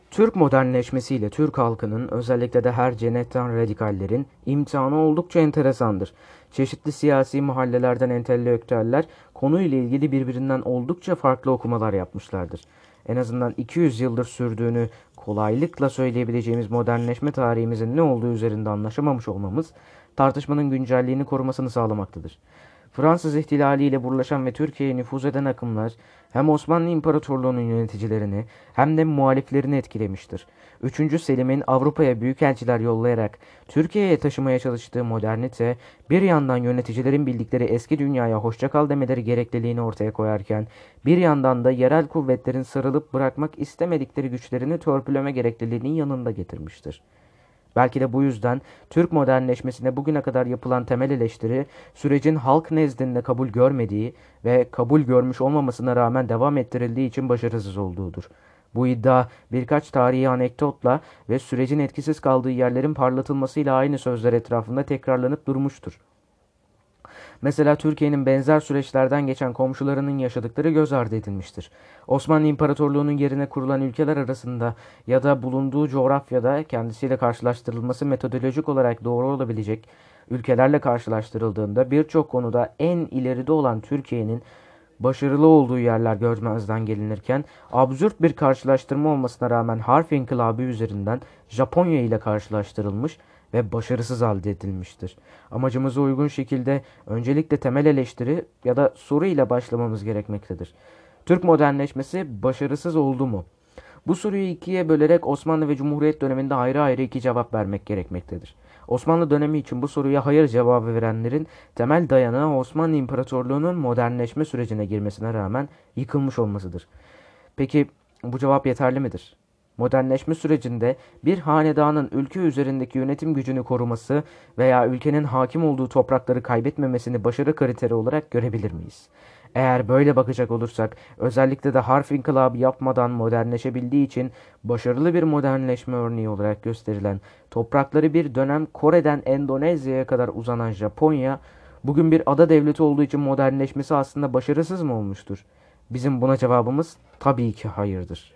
Türk modernleşmesiyle Türk halkının, özellikle de her cennetten radikallerin imtihanı oldukça enteresandır. Çeşitli siyasi mahallelerden entelektüeller konuyla ilgili birbirinden oldukça farklı okumalar yapmışlardır. En azından 200 yıldır sürdüğünü kolaylıkla söyleyebileceğimiz modernleşme tarihimizin ne olduğu üzerinde anlaşamamış olmamız, tartışmanın güncelliğini korumasını sağlamaktadır. Fransız ihtilaliyle burlaşan ve Türkiye'ye nüfuz eden akımlar hem Osmanlı İmparatorluğu'nun yöneticilerini hem de muhaliflerini etkilemiştir. 3. Selim'in Avrupa'ya büyükelçiler yollayarak Türkiye'ye taşımaya çalıştığı modernite, bir yandan yöneticilerin bildikleri eski dünyaya hoşça kal demeleri gerekliliğini ortaya koyarken, bir yandan da yerel kuvvetlerin sarılıp bırakmak istemedikleri güçlerini törpüleme gerekliliğinin yanında getirmiştir. Belki de bu yüzden Türk modernleşmesine bugüne kadar yapılan temel eleştiri, sürecin halk nezdinde kabul görmediği ve kabul görmüş olmamasına rağmen devam ettirildiği için başarısız olduğudur. Bu iddia birkaç tarihi anekdotla ve sürecin etkisiz kaldığı yerlerin parlatılmasıyla aynı sözler etrafında tekrarlanıp durmuştur. Mesela Türkiye'nin benzer süreçlerden geçen komşularının yaşadıkları göz ardı edilmiştir. Osmanlı İmparatorluğu'nun yerine kurulan ülkeler arasında ya da bulunduğu coğrafyada kendisiyle karşılaştırılması metodolojik olarak doğru olabilecek ülkelerle karşılaştırıldığında birçok konuda en ileride olan Türkiye'nin başarılı olduğu yerler görmezden gelinirken, absürt bir karşılaştırma olmasına rağmen harf inkılabı üzerinden Japonya ile karşılaştırılmış ve başarısız elde edilmiştir. Amacımıza uygun şekilde öncelikle temel eleştiri ya da soru ile başlamamız gerekmektedir. Türk modernleşmesi başarısız oldu mu? Bu soruyu ikiye bölerek Osmanlı ve Cumhuriyet döneminde ayrı ayrı iki cevap vermek gerekmektedir. Osmanlı dönemi için bu soruya hayır cevabı verenlerin temel dayanağı Osmanlı İmparatorluğu'nun modernleşme sürecine girmesine rağmen yıkılmış olmasıdır. Peki bu cevap yeterli midir? Modernleşme sürecinde bir hanedanın ülke üzerindeki yönetim gücünü koruması veya ülkenin hakim olduğu toprakları kaybetmemesini başarı kriteri olarak görebilir miyiz? Eğer böyle bakacak olursak, özellikle de harf inkılabı yapmadan modernleşebildiği için başarılı bir modernleşme örneği olarak gösterilen, toprakları bir dönem Kore'den Endonezya'ya kadar uzanan Japonya, bugün bir ada devleti olduğu için modernleşmesi aslında başarısız mı olmuştur? Bizim buna cevabımız tabii ki hayırdır.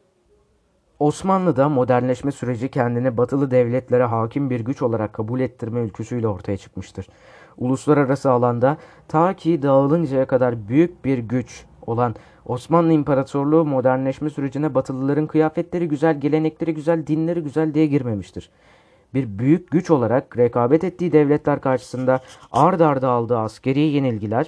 Osmanlı'da modernleşme süreci kendini batılı devletlere hakim bir güç olarak kabul ettirme ülküsüyle ortaya çıkmıştır. Uluslararası alanda ta ki dağılıncaya kadar büyük bir güç olan Osmanlı İmparatorluğu modernleşme sürecine Batılıların kıyafetleri güzel, gelenekleri güzel, dinleri güzel diye girmemiştir. Bir büyük güç olarak rekabet ettiği devletler karşısında ard arda aldığı askeri yenilgiler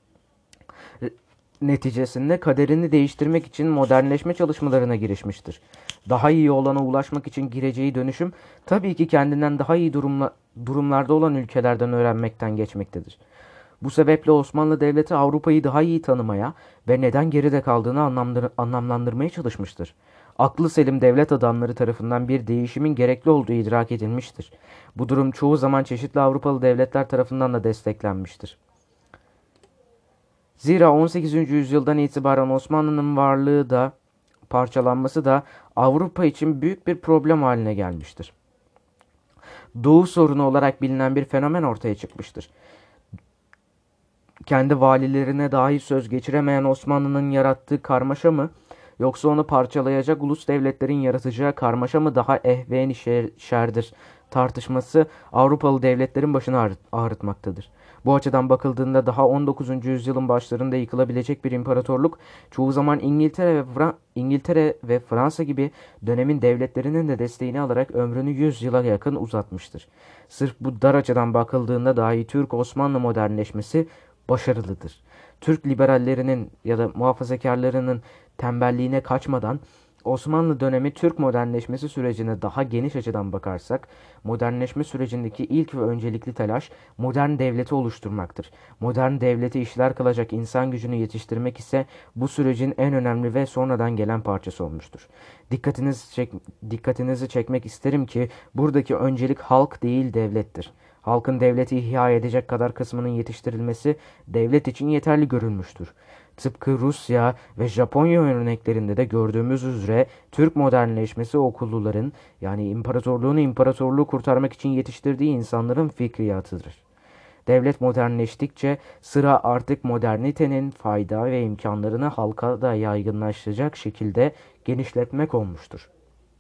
neticesinde kaderini değiştirmek için modernleşme çalışmalarına girişmiştir. Daha iyi olana ulaşmak için gireceği dönüşüm tabii ki kendinden daha iyi durumlarda olan ülkelerden öğrenmekten geçmektedir. Bu sebeple Osmanlı Devleti Avrupa'yı daha iyi tanımaya ve neden geride kaldığını anlamlandırmaya çalışmıştır. Aklı selim devlet adamları tarafından bir değişimin gerekli olduğu idrak edilmiştir. Bu durum çoğu zaman çeşitli Avrupalı devletler tarafından da desteklenmiştir. Zira 18. yüzyıldan itibaren Osmanlı'nın varlığı da parçalanması da Avrupa için büyük bir problem haline gelmiştir. Doğu sorunu olarak bilinen bir fenomen ortaya çıkmıştır. Kendi valilerine dahi söz geçiremeyen Osmanlı'nın yarattığı karmaşa mı, yoksa onu parçalayacak ulus devletlerin yaratacağı karmaşa mı daha ehven şerdir tartışması Avrupalı devletlerin başını ağrıtmaktadır. Bu açıdan bakıldığında daha 19. yüzyılın başlarında yıkılabilecek bir imparatorluk çoğu zaman İngiltere ve Fransa gibi dönemin devletlerinin de desteğini alarak ömrünü 100 yıla yakın uzatmıştır. Sırf bu dar açıdan bakıldığında dahi Türk-Osmanlı modernleşmesi başarılıdır. Türk liberallerinin ya da muhafazakarlarının tembelliğine kaçmadan Osmanlı dönemi Türk modernleşmesi sürecine daha geniş açıdan bakarsak, modernleşme sürecindeki ilk ve öncelikli telaş modern devleti oluşturmaktır. Modern devleti işler kılacak insan gücünü yetiştirmek ise bu sürecin en önemli ve sonradan gelen parçası olmuştur. Dikkatinizi çekmek isterim ki buradaki öncelik halk değil devlettir. Halkın devleti ihya edecek kadar kısmının yetiştirilmesi devlet için yeterli görülmüştür. Tıpkı Rusya ve Japonya örneklerinde de gördüğümüz üzere Türk modernleşmesi okulluların, yani imparatorluğu kurtarmak için yetiştirdiği insanların fikriyatıdır. Devlet modernleştikçe sıra artık modernitenin fayda ve imkanlarını halka da yaygınlaştıracak şekilde genişletmek olmuştur.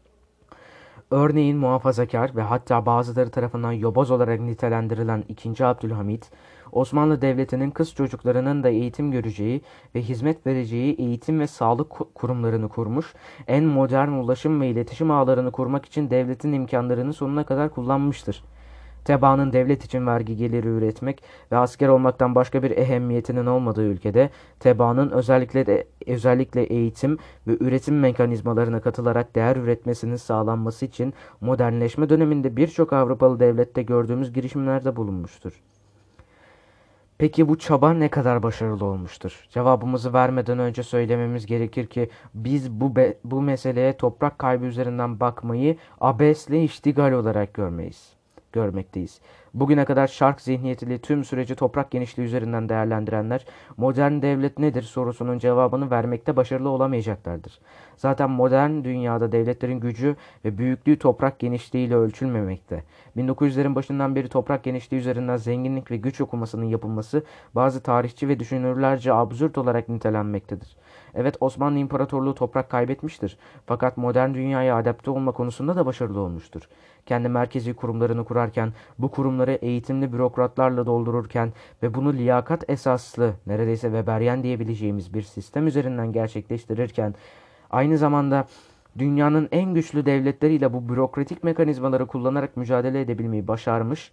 Örneğin muhafazakar ve hatta bazıları tarafından yobaz olarak nitelendirilen II. Abdülhamit, Osmanlı Devleti'nin kız çocuklarının da eğitim göreceği ve hizmet vereceği eğitim ve sağlık kurumlarını kurmuş, en modern ulaşım ve iletişim ağlarını kurmak için devletin imkanlarını sonuna kadar kullanmıştır. Tebaanın devlet için vergi geliri üretmek ve asker olmaktan başka bir ehemmiyetinin olmadığı ülkede, tebaanın özellikle eğitim ve üretim mekanizmalarına katılarak değer üretmesinin sağlanması için modernleşme döneminde birçok Avrupalı devlette gördüğümüz girişimlerde bulunmuştur. Peki bu çaba ne kadar başarılı olmuştur? Cevabımızı vermeden önce söylememiz gerekir ki biz bu meseleye toprak kaybı üzerinden bakmayı abesle iştigal olarak görmekteyiz. Bugüne kadar şark zihniyetiyle tüm süreci toprak genişliği üzerinden değerlendirenler, modern devlet nedir sorusunun cevabını vermekte başarılı olamayacaklardır. Zaten modern dünyada devletlerin gücü ve büyüklüğü toprak genişliğiyle ölçülmemekte. 1900'lerin başından beri toprak genişliği üzerinden zenginlik ve güç okumasının yapılması bazı tarihçi ve düşünürlerce absürt olarak nitelenmektedir. Evet, Osmanlı İmparatorluğu toprak kaybetmiştir. Fakat modern dünyaya adapte olma konusunda da başarılı olmuştur. Kendi merkezi kurumlarını kurarken, bu kurumları eğitimli bürokratlarla doldururken ve bunu liyakat esaslı, neredeyse Weberian diyebileceğimiz bir sistem üzerinden gerçekleştirirken, aynı zamanda dünyanın en güçlü devletleriyle bu bürokratik mekanizmaları kullanarak mücadele edebilmeyi başarmış.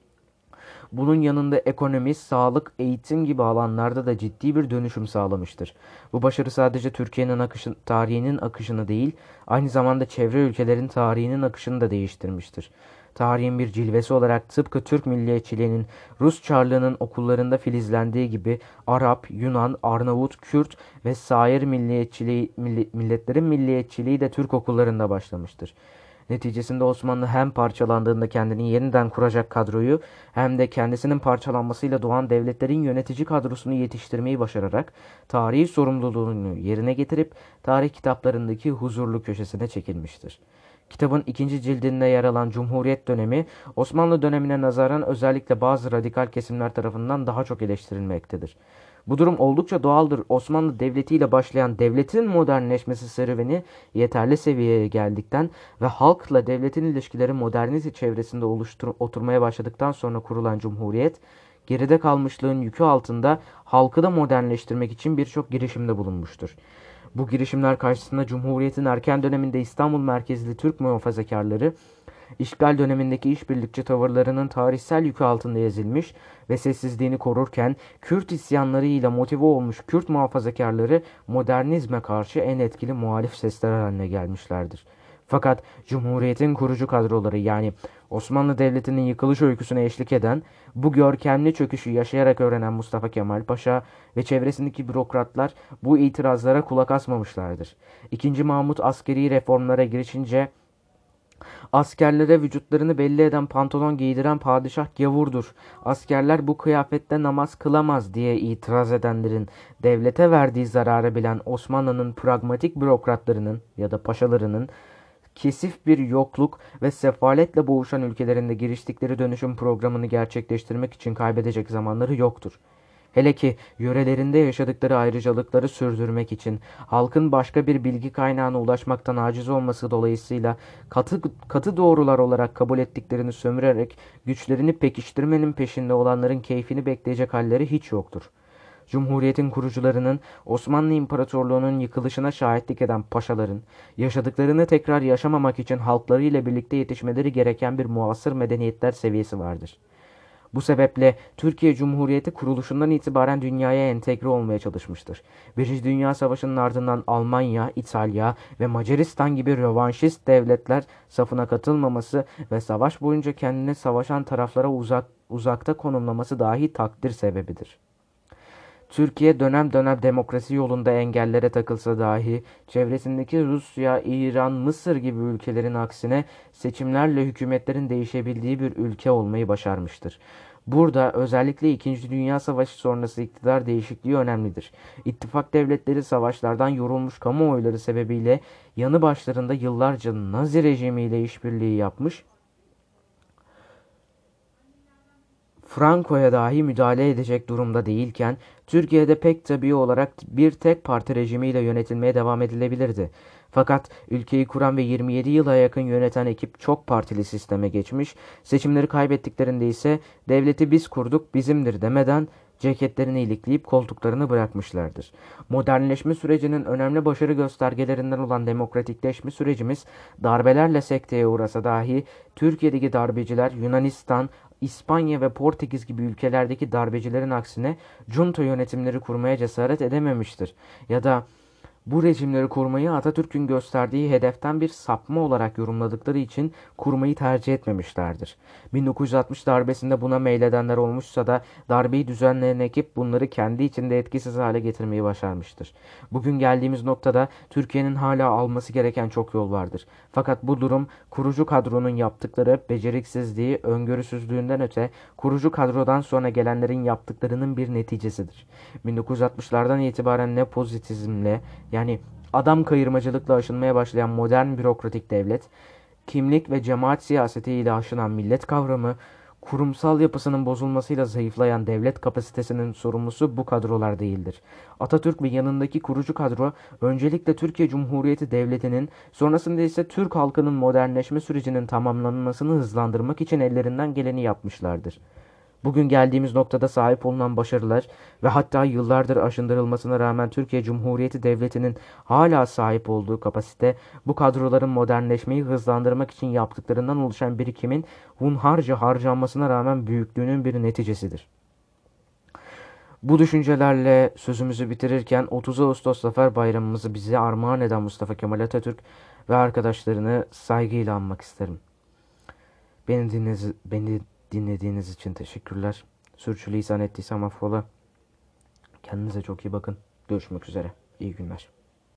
Bunun yanında ekonomi, sağlık, eğitim gibi alanlarda da ciddi bir dönüşüm sağlamıştır. Bu başarı sadece Türkiye'nin tarihinin akışını değil, aynı zamanda çevre ülkelerin tarihinin akışını da değiştirmiştir. Tarihin bir cilvesi olarak tıpkı Türk milliyetçiliğinin Rus Çarlığı'nın okullarında filizlendiği gibi Arap, Yunan, Arnavut, Kürt ve sair milletlerin milliyetçiliği de Türk okullarında başlamıştır. Neticesinde Osmanlı hem parçalandığında kendini yeniden kuracak kadroyu hem de kendisinin parçalanmasıyla doğan devletlerin yönetici kadrosunu yetiştirmeyi başararak tarihi sorumluluğunu yerine getirip tarih kitaplarındaki huzurlu köşesine çekilmiştir. Kitabın ikinci cildinde yer alan Cumhuriyet dönemi, Osmanlı dönemine nazaran özellikle bazı radikal kesimler tarafından daha çok eleştirilmektedir. Bu durum oldukça doğaldır. Osmanlı Devleti ile başlayan devletin modernleşmesi serüveni yeterli seviyeye geldikten ve halkla devletin ilişkileri modernite çevresinde oturmaya başladıktan sonra kurulan Cumhuriyet, geride kalmışlığın yükü altında halkı da modernleştirmek için birçok girişimde bulunmuştur. Bu girişimler karşısında Cumhuriyet'in erken döneminde İstanbul merkezli Türk muhafazakarları, işgal dönemindeki işbirlikçi tavırlarının tarihsel yükü altında ezilmiş ve sessizliğini korurken Kürt isyanlarıyla motive olmuş Kürt muhafazakarları modernizme karşı en etkili muhalif sesler haline gelmişlerdir. Fakat Cumhuriyet'in kurucu kadroları, yani Osmanlı Devleti'nin yıkılış öyküsüne eşlik eden, bu görkemli çöküşü yaşayarak öğrenen Mustafa Kemal Paşa ve çevresindeki bürokratlar bu itirazlara kulak asmamışlardır. II. Mahmut askeri reformlara girişince askerlere vücutlarını belli eden pantolon giydiren padişah gavurdur, askerler bu kıyafette namaz kılamaz diye itiraz edenlerin devlete verdiği zararı bilen Osmanlı'nın pragmatik bürokratlarının ya da paşalarının kesif bir yokluk ve sefaletle boğuşan ülkelerinde giriştikleri dönüşüm programını gerçekleştirmek için kaybedecek zamanları yoktur. Hele ki yörelerinde yaşadıkları ayrıcalıkları sürdürmek için halkın başka bir bilgi kaynağına ulaşmaktan aciz olması dolayısıyla katı doğrular olarak kabul ettiklerini sömürerek güçlerini pekiştirmenin peşinde olanların keyfini bekleyecek halleri hiç yoktur. Cumhuriyetin kurucularının, Osmanlı İmparatorluğu'nun yıkılışına şahitlik eden paşaların, yaşadıklarını tekrar yaşamamak için halklarıyla birlikte yetişmeleri gereken bir muasır medeniyetler seviyesi vardır. Bu sebeple Türkiye Cumhuriyeti kuruluşundan itibaren dünyaya entegre olmaya çalışmıştır. Birinci Dünya Savaşı'nın ardından Almanya, İtalya ve Macaristan gibi rövanşist devletler safına katılmaması ve savaş boyunca kendini savaşan taraflara uzakta konumlaması dahi takdir sebebidir. Türkiye dönem dönem demokrasi yolunda engellere takılsa dahi çevresindeki Rusya, İran, Mısır gibi ülkelerin aksine seçimlerle hükümetlerin değişebildiği bir ülke olmayı başarmıştır. Burada özellikle İkinci Dünya Savaşı sonrası iktidar değişikliği önemlidir. İttifak devletleri savaşlardan yorulmuş kamuoyları sebebiyle yanı başlarında yıllarca Nazi rejimiyle işbirliği yapmış, Franco'ya dahi müdahale edecek durumda değilken, Türkiye'de pek tabii olarak bir tek parti rejimiyle yönetilmeye devam edilebilirdi. Fakat ülkeyi kuran ve 27 yıla yakın yöneten ekip çok partili sisteme geçmiş, seçimleri kaybettiklerinde ise devleti biz kurduk, bizimdir demeden ceketlerini ilikleyip koltuklarını bırakmışlardır. Modernleşme sürecinin önemli başarı göstergelerinden olan demokratikleşme sürecimiz darbelerle sekteye uğrasa dahi Türkiye'deki darbeciler Yunanistan, İspanya ve Portekiz gibi ülkelerdeki darbecilerin aksine junta yönetimleri kurmaya cesaret edememiştir. Ya da bu rejimleri kurmayı Atatürk'ün gösterdiği hedeften bir sapma olarak yorumladıkları için kurmayı tercih etmemişlerdir. 1960 darbesinde buna meyledenler olmuşsa da darbeyi düzenleyen ekip bunları kendi içinde etkisiz hale getirmeyi başarmıştır. Bugün geldiğimiz noktada Türkiye'nin hala alması gereken çok yol vardır. Fakat bu durum kurucu kadronun yaptıkları beceriksizliği, öngörüsüzlüğünden öte kurucu kadrodan sonra gelenlerin yaptıklarının bir neticesidir. 1960'lardan itibaren nepotizmle yani adam kayırmacılıkla aşınmaya başlayan modern bürokratik devlet, kimlik ve cemaat siyasetiyle aşınan millet kavramı, kurumsal yapısının bozulmasıyla zayıflayan devlet kapasitesinin sorumlusu bu kadrolar değildir. Atatürk ve yanındaki kurucu kadro öncelikle Türkiye Cumhuriyeti Devleti'nin, sonrasında ise Türk halkının modernleşme sürecinin tamamlanmasını hızlandırmak için ellerinden geleni yapmışlardır. Bugün geldiğimiz noktada sahip olunan başarılar ve hatta yıllardır aşındırılmasına rağmen Türkiye Cumhuriyeti Devleti'nin hala sahip olduğu kapasite, bu kadroların modernleşmeyi hızlandırmak için yaptıklarından oluşan birikimin hunharca harcanmasına rağmen büyüklüğünün bir neticesidir. Bu düşüncelerle sözümüzü bitirirken 30 Ağustos Zafer Bayramımızı bize armağan eden Mustafa Kemal Atatürk ve arkadaşlarını saygıyla anmak isterim. Beni dinlediğiniz için teşekkürler. Sürçülisan ettiysem affola. Kendinize çok iyi bakın. Görüşmek üzere. İyi günler.